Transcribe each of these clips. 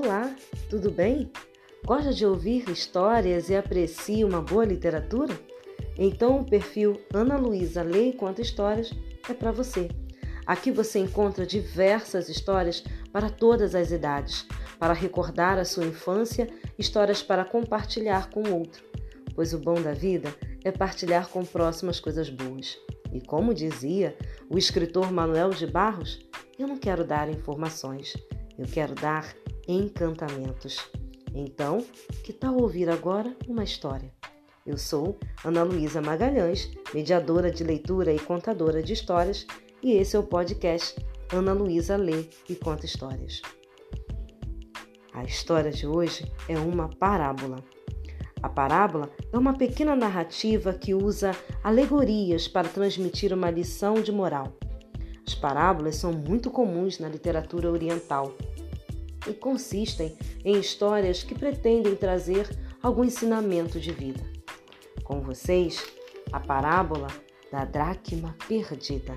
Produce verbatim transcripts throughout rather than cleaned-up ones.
Olá, tudo bem? Gosta de ouvir histórias e aprecia uma boa literatura? Então o perfil Ana Luísa Lê e Conta Histórias é para você. Aqui você encontra diversas histórias para todas as idades, para recordar a sua infância, histórias para compartilhar com o outro, pois o bom da vida é partilhar com o próximo as coisas boas. E como dizia o escritor Manuel de Barros, eu não quero dar informações, eu quero dar encantamentos. Então, que tal ouvir agora uma história? Eu sou Ana Luísa Magalhães, mediadora de leitura e contadora de histórias, e esse é o podcast Ana Luísa Lê e Conta Histórias. A história de hoje é uma parábola. A parábola é uma pequena narrativa que usa alegorias para transmitir uma lição de moral. As parábolas são muito comuns na literatura oriental e consistem em histórias que pretendem trazer algum ensinamento de vida. Com vocês, a parábola da dracma perdida.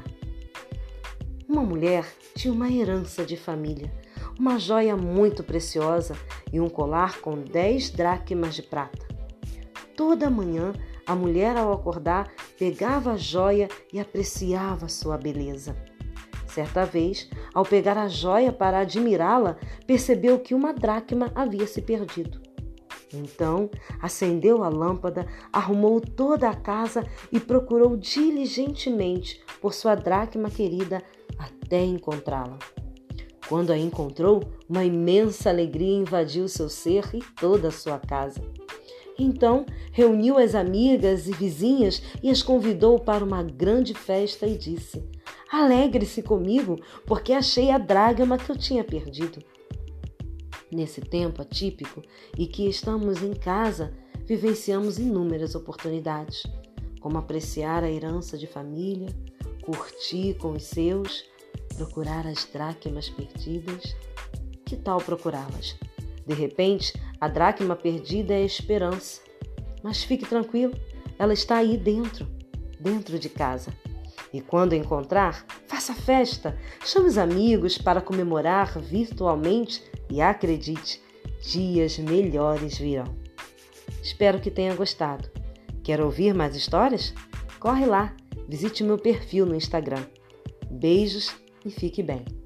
Uma mulher tinha uma herança de família, uma joia muito preciosa e um colar com dez dracmas de prata. Toda manhã, a mulher, ao acordar, pegava a joia e apreciava sua beleza. Certa vez, ao pegar a joia para admirá-la, percebeu que uma dracma havia se perdido. Então, acendeu a lâmpada, arrumou toda a casa e procurou diligentemente por sua dracma querida até encontrá-la. Quando a encontrou, uma imensa alegria invadiu seu ser e toda a sua casa. Então, reuniu as amigas e vizinhas e as convidou para uma grande festa e disse: "Alegre-se comigo, porque achei a dracma que eu tinha perdido." Nesse tempo atípico e que estamos em casa, vivenciamos inúmeras oportunidades, como apreciar a herança de família, curtir com os seus, procurar as dracmas perdidas. Que tal procurá-las? De repente, a dracma perdida é a esperança. Mas fique tranquilo, ela está aí dentro, dentro de casa. E quando encontrar, faça festa, chame os amigos para comemorar virtualmente e acredite, dias melhores virão. Espero que tenha gostado. Quer ouvir mais histórias? Corre lá, visite meu perfil no Instagram. Beijos e fique bem.